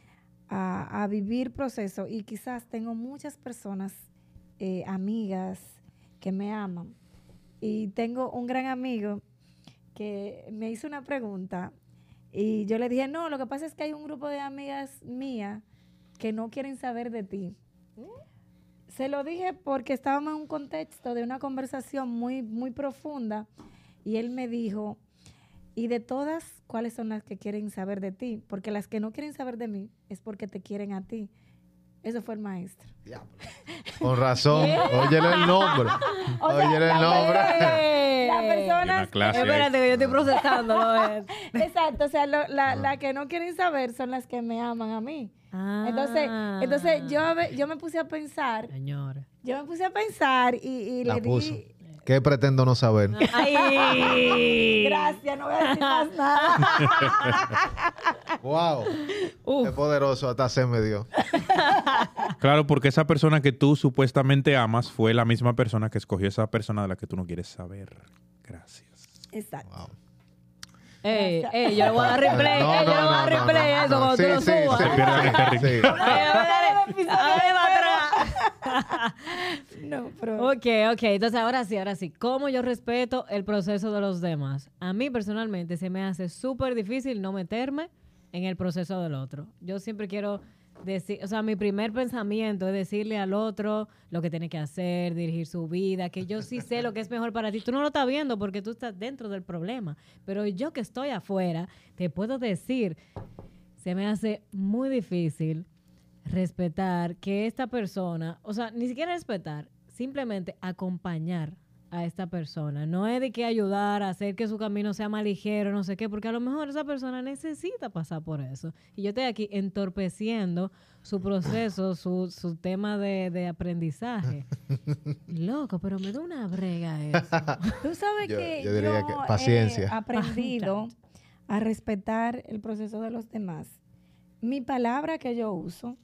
a, a vivir proceso y quizás tengo muchas personas, eh, amigas, que me aman. Y tengo un gran amigo que me hizo una pregunta y yo le dije, no, lo que pasa es que hay un grupo de amigas mías que no quieren saber de ti. Se lo dije porque estábamos en un contexto de una conversación muy, muy profunda y él me dijo, y de todas, ¿cuáles son las que quieren saber de ti? Porque las que no quieren saber de mí es porque te quieren a ti. Eso fue el maestro. Con razón. Óyele el nombre. O sea, Óyele el la nombre. Eh, Las Y una personas... clase ahí. Espérate, que yo estoy procesando. eh. Exacto, o sea, lo- la, la que no quieren saber son las que me aman a mí. Ah. Entonces, entonces yo, a ve- yo me puse a pensar, Señores. yo me puse a pensar y, y La le puso. di... ¿Qué pretendo no saber? Ay. Gracias, no voy a decir más nada. Wow. Uf. Qué poderoso hasta se me dio. Claro, porque esa persona que tú supuestamente amas fue la misma persona que escogió esa persona de la que tú no quieres saber. Gracias. Exacto. Wow. Ey, ey, yo le voy a dar replay. No, ey, yo no, le voy a no, dar no, replay no, eso no. cuando Sí, tú lo sí, subas. sí. Se pierde este rico. Sí. Ay, ay, ay, va atrás. No, pero... Ok, ok. Entonces, ahora sí, ahora sí. ¿Cómo yo respeto el proceso de los demás? A mí, personalmente, se me hace súper difícil no meterme en el proceso del otro. Yo siempre quiero decir, o sea, mi primer pensamiento es decirle al otro lo que tiene que hacer, dirigir su vida, que yo sí sé lo que es mejor para ti. Tú no lo estás viendo porque tú estás dentro del problema. Pero yo que estoy afuera, te puedo decir, se me hace muy difícil respetar que esta persona, o sea, ni siquiera respetar, simplemente acompañar a esta persona. No es de que ayudar a hacer que su camino sea más ligero, no sé qué, porque a lo mejor esa persona necesita pasar por eso. Y yo estoy aquí entorpeciendo su proceso, su, su tema de, de aprendizaje. Loco, pero me da una brega eso. Tú sabes Yo- que yo diría yo que paciencia. he aprendido a respetar el proceso de los demás. Mi palabra que yo uso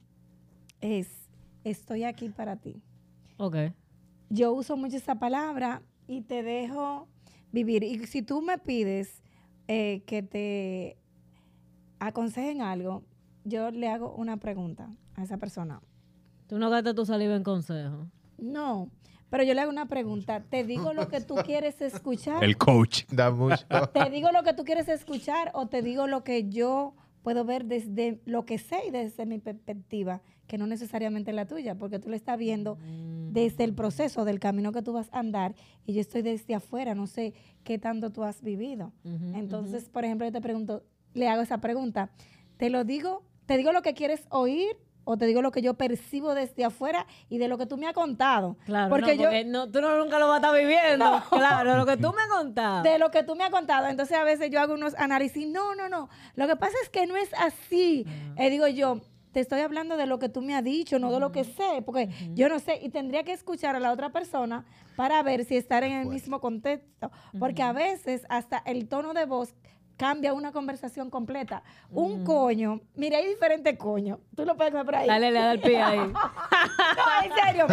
es, estoy aquí para ti. Ok. Yo uso mucho esa palabra y te dejo vivir. Y si tú me pides eh, que te aconsejen algo, yo le hago una pregunta a esa persona. Tú no gastas tu saliva en consejo. No, pero yo le hago una pregunta. ¿Te digo lo que tú quieres escuchar? El coach. Da mucho. ¿Te digo lo que tú quieres escuchar o te digo lo que yo puedo ver desde lo que sé y desde mi perspectiva, que no necesariamente la tuya, porque tú lo estás viendo desde el proceso del camino que tú vas a andar y yo estoy desde afuera, no sé qué tanto tú has vivido. Ujú, Entonces, por ejemplo, yo te pregunto, le hago esa pregunta, ¿te lo digo? ¿Te digo lo que quieres oír o te digo lo que yo percibo desde afuera y de lo que tú me has contado? Claro, porque no, yo porque no, tú no nunca lo vas a estar viviendo. Claro, lo que tú me has contado. de lo que tú me has contado. Entonces a veces yo hago unos análisis. No, no, no. Lo que pasa es que no es así. Eh, digo yo, te estoy hablando de lo que tú me has dicho, no de lo que sé, porque yo no sé. Y tendría que escuchar a la otra persona para ver si estar en el mismo contexto. Porque a veces hasta el tono de voz cambia una conversación completa. Un coño, mira, hay diferentes coños. Tú lo puedes ver por ahí. Dale, le da el pie ahí. No, en serio.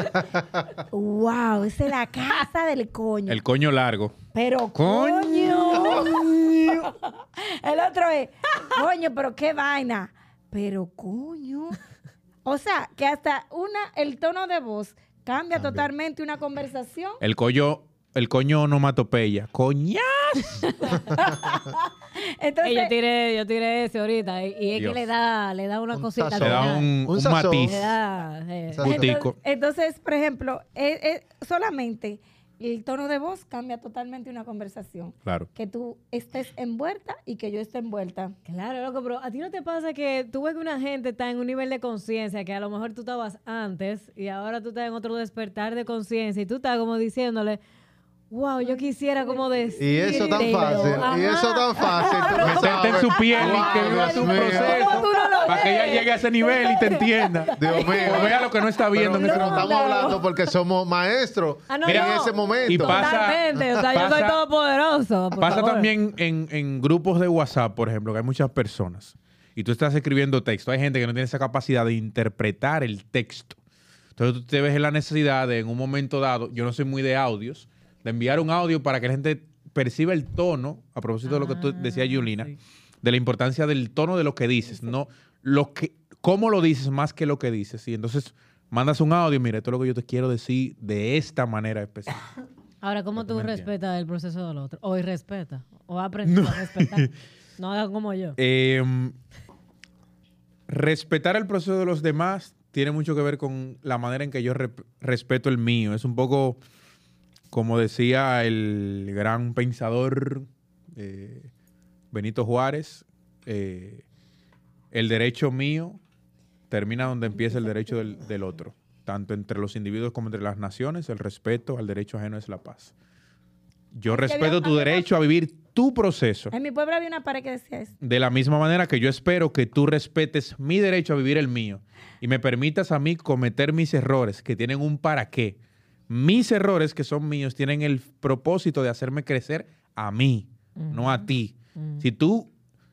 Wow, esa es la casa del coño. El coño largo. Pero Coño. coño. El otro es, coño, pero qué vaina. Pero coño. O sea, que hasta una, el tono de voz cambia, Cambia. totalmente una conversación. El coño, el coño onomatopeya. Coña. Entonces, Ey, yo tiré, yo tiré ese ahorita y, y es Dios. que le da, le da una Un cosita. sazón. Le da al final. un, Un un sazón. matiz. Le da, eh, Sazón. Gustico. entonces, entonces, por ejemplo, es- es solamente el tono de voz cambia totalmente una conversación. Claro. Que tú estés envuelta y que yo esté envuelta. Claro, loco, pero a ti no te pasa que tú ves que una gente está en un nivel de conciencia que a lo mejor tú estabas antes y ahora tú estás en otro despertar de conciencia y tú estás como diciéndole, wow, yo quisiera como decir. Y eso tan fácil. Y eso tan fácil. tú no Meterte en sabes. su piel y Wow, que viva Dios su mío. proceso para que ella llegue a ese nivel y te entienda. Dios mío. O vea lo que no está viendo Pero, en ese pero momento. estamos hablando porque somos maestros Ah, no, en no. ese momento. Y pasa- Totalmente, o sea, yo soy pasa- todopoderoso. por Pasa favor. también en, en grupos de WhatsApp, por ejemplo, que hay muchas personas y tú estás escribiendo texto. Hay gente que no tiene esa capacidad de interpretar el texto. Entonces tú te ves en la necesidad de, en un momento dado, yo no soy muy de audios, de enviar un audio para que la gente perciba el tono, a propósito de lo que tú decías, Ah, Yulina, sí. de la importancia del tono de lo que dices, no lo que cómo lo dices más que lo que dices. Y entonces mandas un audio, mira, esto es lo que yo te quiero decir de esta manera específica. Ahora, ¿cómo Para que tú me respetas el proceso del otro? O irrespeta. O aprendes a respetar. No hagas como yo. Eh, respetar el proceso de los demás tiene mucho que ver con la manera en que yo rep- respeto el mío. Es un poco, como decía el gran pensador eh, Benito Juárez, eh, el derecho mío termina donde empieza el derecho del, del otro. Tanto entre los individuos como entre las naciones, el respeto al derecho ajeno es la paz. Yo Es que respeto había- tu derecho a vivir tu proceso. En mi pueblo había una pared que decía eso. De la misma manera que yo espero que tú respetes mi derecho a vivir el mío y me permitas a mí cometer mis errores que tienen un para qué. Mis errores que son míos tienen el propósito de hacerme crecer a mí, Ujú. no a ti. Ujú. Si tú...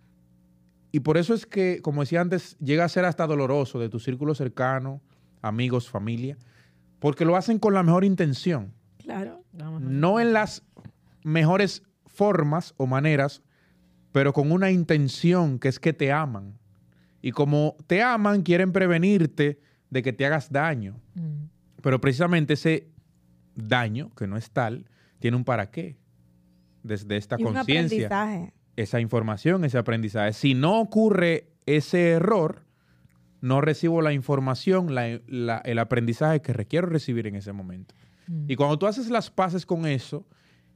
Y por eso es que, como decía antes, llega a ser hasta doloroso de tu círculo cercano, amigos, familia, porque lo hacen con la mejor intención. Claro. Vamos a- No en las mejores formas o maneras, pero con una intención que es que te aman. Y como te aman, quieren prevenirte de que te hagas daño. Mm. Pero precisamente ese daño, que no es tal, tiene un para qué. Desde esta Y un conciencia, aprendizaje. esa información, ese aprendizaje. Si no ocurre ese error, no recibo la información, la- la- el aprendizaje que requiero recibir en ese momento. Mm. Y cuando tú haces las paces con eso,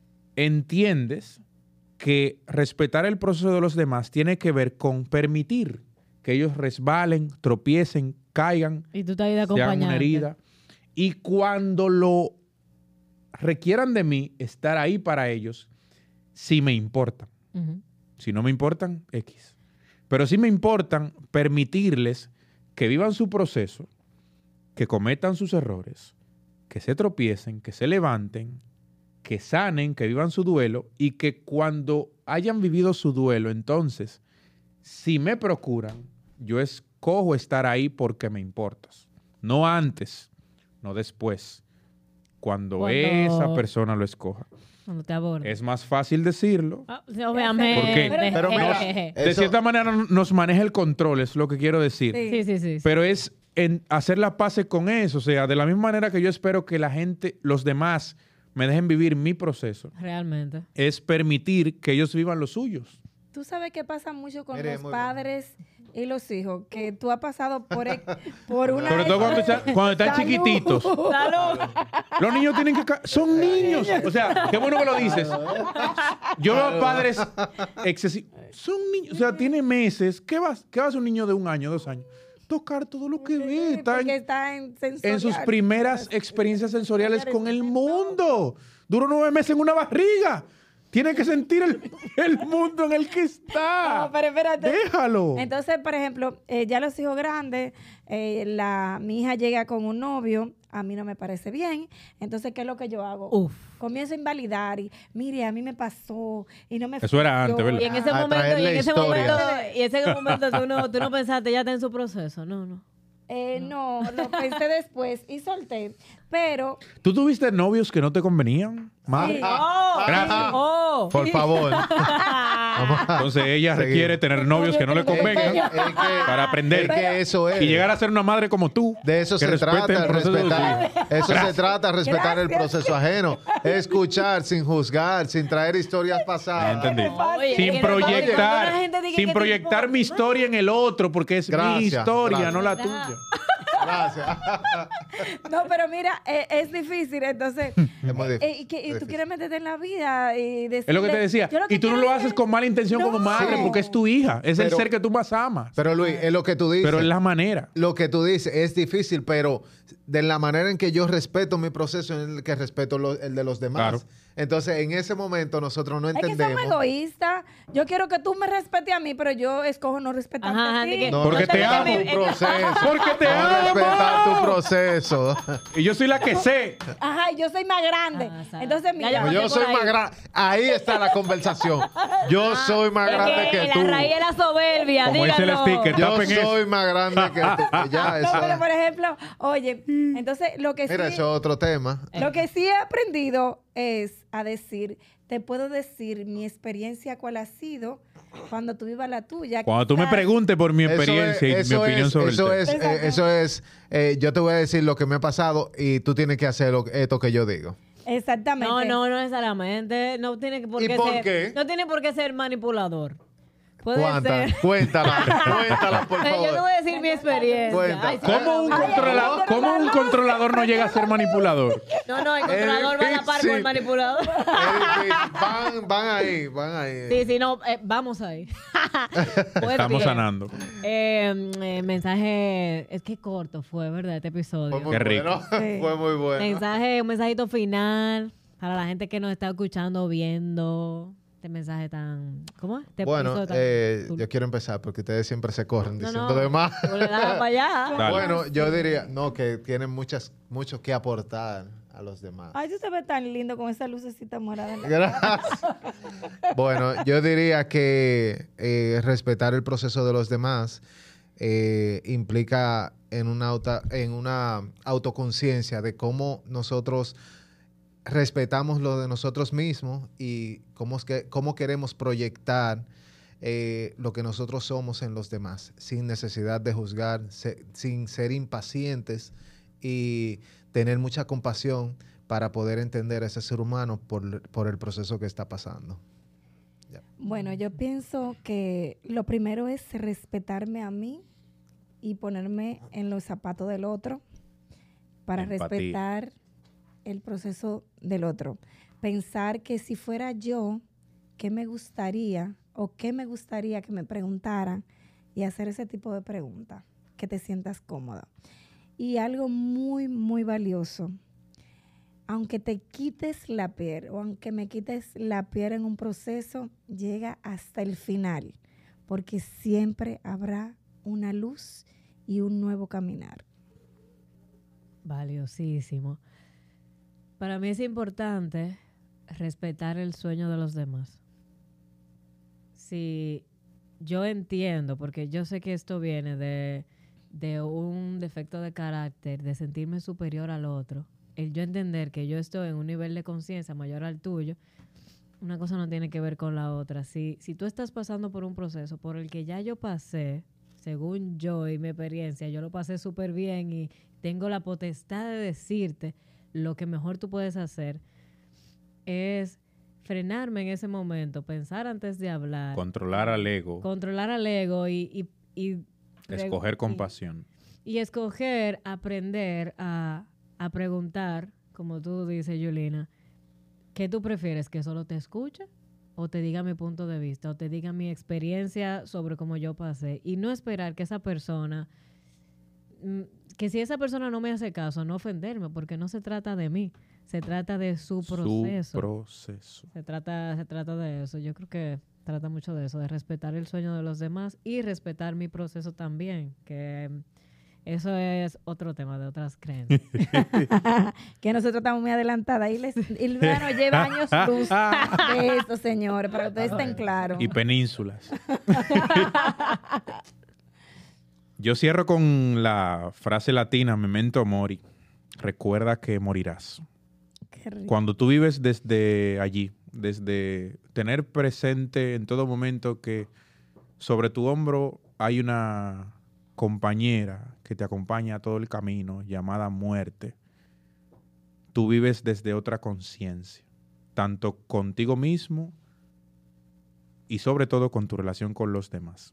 entiendes que respetar el proceso de los demás tiene que ver con permitir que ellos resbalen, tropiecen, caigan, Y tú te has ido se hagan una acompañando. herida. Y cuando lo requieran de mí, estar ahí para ellos, si me importan. Ujú. Si no me importan, X. Pero si me importan, permitirles que vivan su proceso, que cometan sus errores, que se tropiecen, que se levanten, que sanen, que vivan su duelo y que cuando hayan vivido su duelo, entonces, si me procuran, yo escojo estar ahí porque me importas. No antes, no después. Cuando, Cuando- esa persona lo escoja. Cuando te abordan. Es más fácil decirlo. Ah, sí, obviamente. ¿Por qué? Pero- Pero mira, Sí, De Eso- cierta manera nos maneja el control, es lo que quiero decir. Sí. sí, sí. sí. Pero es en hacer la paz con eso. O sea, de la misma manera que yo espero que la gente, los demás, me dejen vivir mi proceso, Realmente. es permitir que ellos vivan los suyos. Tú sabes qué pasa mucho con Mire, los muy padres y los hijos, que tú has pasado por, e- por una... Sobre todo cuando, están- cuando están Salud. chiquititos. ¡Salud! Los niños tienen que... ca- Son niños. O sea, qué bueno que lo dices. Yo veo a padres excesivos. Son niños. O sea, tiene meses. ¿Qué va, qué va a hacer un niño de un año, dos años? Tocar todo lo que ve. Está Porque en, está en, en sus sensorial. primeras experiencias sensoriales con el mundo. Duró nueve meses en una barriga. Tiene que sentir el, el mundo en el que está. No, pero espérate. Déjalo. Entonces, por ejemplo, eh, ya los hijos grandes, eh, la, mi hija llega con un novio, a mí no me parece bien. Entonces, ¿qué es lo que yo hago? Uf. Comienzo a invalidar y, mire, a mí me pasó y no me Eso era antes, funcionó. ¿verdad? Y en ese A momento, y traerle en ese historias. momento, y en ese momento tú no, tú no pensaste, ya está en su proceso. No, no. Eh, no, lo pensé después y solté. Pero ¿Tú tuviste novios que no te convenían? Mar? Sí. ¡Oh! Gracias. ¡Oh! Por favor. Vamos a- Entonces ella Seguimos. requiere tener novios que no le Es que- convengan Es que- para aprender. es que eso es. Y llegar a ser una madre como tú. De eso que se respete trata, el proceso de respetar. tu- Eso se trata, respetar el Gracias. proceso ajeno. Escuchar sin juzgar, sin traer historias Ya pasadas. entendí. Oye, Sin que no- proyectar, que la gente diga sin que proyectar tipo- mi historia en el otro, porque es mi Gracias, historia, gracias. no la ¿Verdad? tuya. Gracias. no, pero mira, eh, es difícil. Entonces, Es muy eh, difícil. eh, y, que, y tú Difícil. quieres meterte en la vida y decirle, Es lo que te decía. yo lo que Y tú no quiero lo es haces que- con mala intención como No. madre, Sí. porque es tu hija. Es el Pero- ser que tú más amas. Pero Luis, es lo que tú dices. Pero es la manera. Lo que tú dices es difícil, pero de la manera en que yo respeto mi proceso, en el que respeto lo- el de los demás. Claro. Entonces, en ese momento nosotros no Es que entendemos. somos egoístas. Yo quiero que tú me respetes a mí, pero yo escojo no respetarte Ajá, a ti. de que- No, Porque te respetar amo. tu proceso. Porque te no amo. respetar tu proceso. Y yo soy la que sé. Ajá, y yo soy más grande. Ah, sabe. Entonces, Ya mira, yo- Yo por soy ahí. más grande. Ahí está la conversación. Yo soy más Es grande que, que tú. la raíz de la soberbia, Como dice el díganlo. sticker. Yo Tapen eso. soy más grande que tú. Ya, no, eso. pero por ejemplo, oye, entonces lo que Mira, sí, eso es otro tema. lo que sí he aprendido es a decir te puedo decir mi experiencia cuál ha sido cuando tú vivas la tuya. Cuando tú me quizás- preguntes por mi experiencia Eso y es- mi eso opinión es- sobre eso el tema. es, eh, eso es, eh, yo te voy a decir lo que me ha pasado y tú tienes que hacer lo- esto que yo digo. Exactamente. No, no, no necesariamente. No tiene por ¿Y qué por ser, qué? no tiene por qué ser manipulador. Puede Cuánta, ser. cuéntala, cuéntala, por Eh, Yo te favor. voy a decir mi experiencia. Cuenta. Ay, sí. ¿Cómo un, Ay, controlador, ay, ¿Cómo un controlador no llega a ser manipulador? No, no, el controlador va a la par con difícil. el manipulador. Es difícil. Van, van ahí, van ahí. Sí, sí, no, eh, vamos ahí. Pues Estamos bien, sanando. eh, eh, mensaje, es que corto fue, ¿verdad? Este episodio. Fue muy Qué rico. bueno. Sí. Fue muy bueno. Mensaje, un mensajito final para la gente que nos está escuchando, viendo. Este mensaje tan. ¿Cómo es? Este Bueno, episodio tan eh, cool. yo quiero empezar porque ustedes siempre se corren No, diciendo no, de más. tú le das para allá. Dale. Bueno, yo diría, no, que tienen muchas, mucho que aportar a los demás. Ay, tú te ves tan lindo con esa lucecita morada. en la- Gracias. Bueno, yo diría que eh, respetar el proceso de los demás eh, implica en una, auta- en una autoconciencia de cómo nosotros respetamos lo de nosotros mismos y cómo, es que, cómo queremos proyectar eh, lo que nosotros somos en los demás, sin necesidad de juzgar, se- sin ser impacientes y tener mucha compasión para poder entender a ese ser humano por, por el proceso que está pasando. Bueno, yo pienso que lo primero es respetarme a mí y ponerme en los zapatos del otro para Empatía. respetar el proceso del otro. Pensar que si fuera yo, ¿qué me gustaría o qué me gustaría que me preguntaran? Y hacer ese tipo de preguntas, que te sientas cómoda. Y algo muy, muy valioso. Aunque te quites la piel o aunque me quites la piel en un proceso, llega hasta el final, porque siempre habrá una luz y un nuevo caminar. Valiosísimo. Para mí es importante respetar el sueño de los demás. Si yo entiendo, porque yo sé que esto viene de, de un defecto de carácter, de sentirme superior al otro, el yo entender que yo estoy en un nivel de conciencia mayor al tuyo, una cosa no tiene que ver con la otra. Si, si tú estás pasando por un proceso por el que ya yo pasé, según yo y mi experiencia, yo lo pasé súper bien y tengo la potestad de decirte lo que mejor tú puedes hacer, es frenarme en ese momento, pensar antes de hablar, Controlar al ego, controlar al ego y... y, y escoger y- compasión. y escoger, aprender a, a preguntar, como tú dices, Yulina, ¿qué tú prefieres? ¿Que solo te escuche? ¿O te diga mi punto de vista? ¿O te diga mi experiencia sobre cómo yo pasé? Y no esperar que esa persona, mm, que si esa persona no me hace caso, no ofenderme, porque no se trata de mí, se trata de su proceso. Su proceso. Se trata, se trata de eso. Yo creo que trata mucho de eso, de respetar el sueño de los demás y respetar mi proceso también, que mm, eso es otro tema de otras creencias. Que nosotros estamos muy adelantadas. Y les, Ilvano lleva años luz de esto, señores, para que ustedes estén claros. Y penínsulas. Yo cierro con la frase latina, memento mori. Recuerda que morirás. Qué rico. Cuando tú vives desde allí, desde tener presente en todo momento que sobre tu hombro hay una compañera que te acompaña a todo el camino, llamada muerte, tú vives desde otra conciencia, tanto contigo mismo y sobre todo con tu relación con los demás.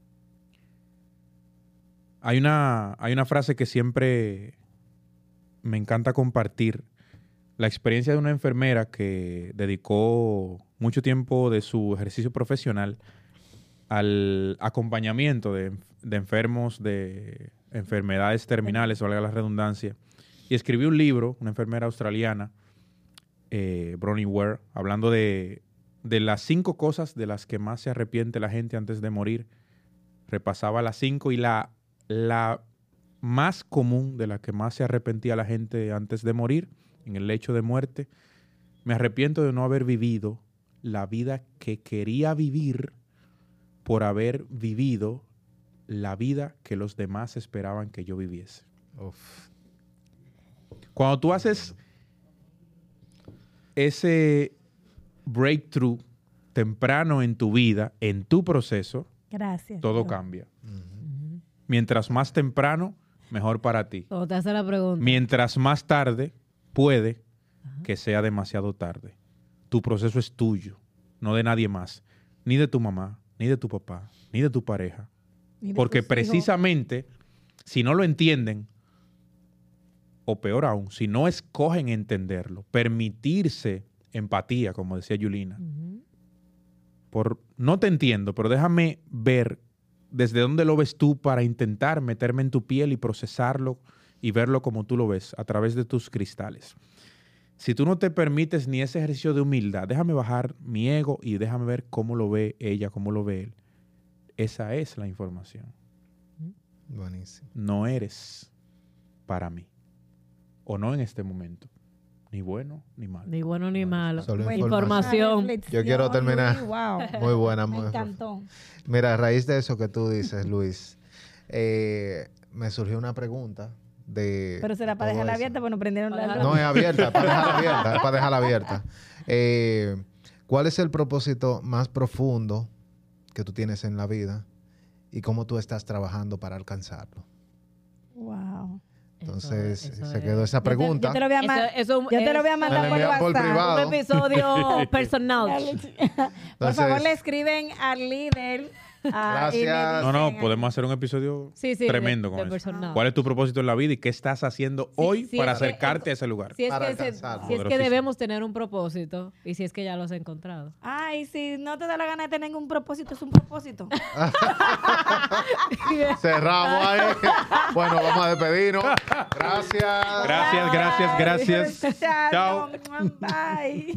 Hay una, hay una frase que siempre me encanta compartir, la experiencia de una enfermera que dedicó mucho tiempo de su ejercicio profesional al acompañamiento de, de enfermos de enfermedades terminales, valga la redundancia, y escribió un libro, una enfermera australiana, eh, Bronnie Ware, hablando de, de las cinco cosas de las que más se arrepiente la gente antes de morir. Repasaba las cinco y la, la más común de la que más se arrepentía la gente antes de morir, en el lecho de muerte: me arrepiento de no haber vivido la vida que quería vivir por haber vivido la vida que los demás esperaban que yo viviese. Uf. Cuando tú haces ese, breakthrough temprano en tu vida, en tu proceso, Gracias. todo Dios. cambia. Mientras más temprano, mejor para ti. O te hace la pregunta. Mientras más tarde, puede que sea demasiado tarde. Tu proceso es tuyo, no de nadie más. Ni de tu mamá, ni de tu papá, ni de tu pareja. Y de Porque tus hijos. precisamente, si no lo entienden, o peor aún, si no escogen entenderlo, permitirse empatía, como decía Yulina, Ujú. por no te entiendo, pero déjame ver desde dónde lo ves tú para intentar meterme en tu piel y procesarlo y verlo como tú lo ves a través de tus cristales. Si tú no te permites ni ese ejercicio de humildad, déjame bajar mi ego y déjame ver cómo lo ve ella, cómo lo ve él. Esa es la información. Buenísimo. No eres para mí. O no en este momento. Ni bueno ni malo. Ni bueno ni malo. Solo Bueno, información. una Yo quiero reflexión, terminar. Luis, wow. Muy buena. Me muy- encantó. Mira, a raíz de eso que tú dices, Luis, eh, me surgió una pregunta de... Pero será de para todo dejarla eso. abierta, pues no prendieron la luz. No, es abierta, es para dejarla abierta, es para dejarla abierta. Eh, ¿Cuál es el propósito más profundo que tú tienes en la vida y cómo tú estás trabajando para alcanzarlo? Wow. Entonces, Eso- eso se es- quedó esa Yo te- pregunta. Yo te lo voy a Eso- mandar. eso Yo te lo voy a es- mandar Me por la envían por WhatsApp. privado. Un episodio personal. Por Entonces- favor, le escriben al líder. a- y le Gracias. No, no, dicen- podemos hacer un episodio Sí, sí, tremendo de- con de eso. personal. ¿Cuál es tu propósito en la vida y qué estás haciendo hoy sí, para es que- acercarte a ese lugar? Si es, Para que se- alcanzarlo. si es que Poderosísimo. debemos tener un propósito y si es que ya lo has encontrado. Ay, si no te da la gana de tener un propósito, es un propósito. Cerramos ahí. Bueno, vamos a despedirnos. Gracias. Gracias, gracias, gracias. Chao. Chao. Bye.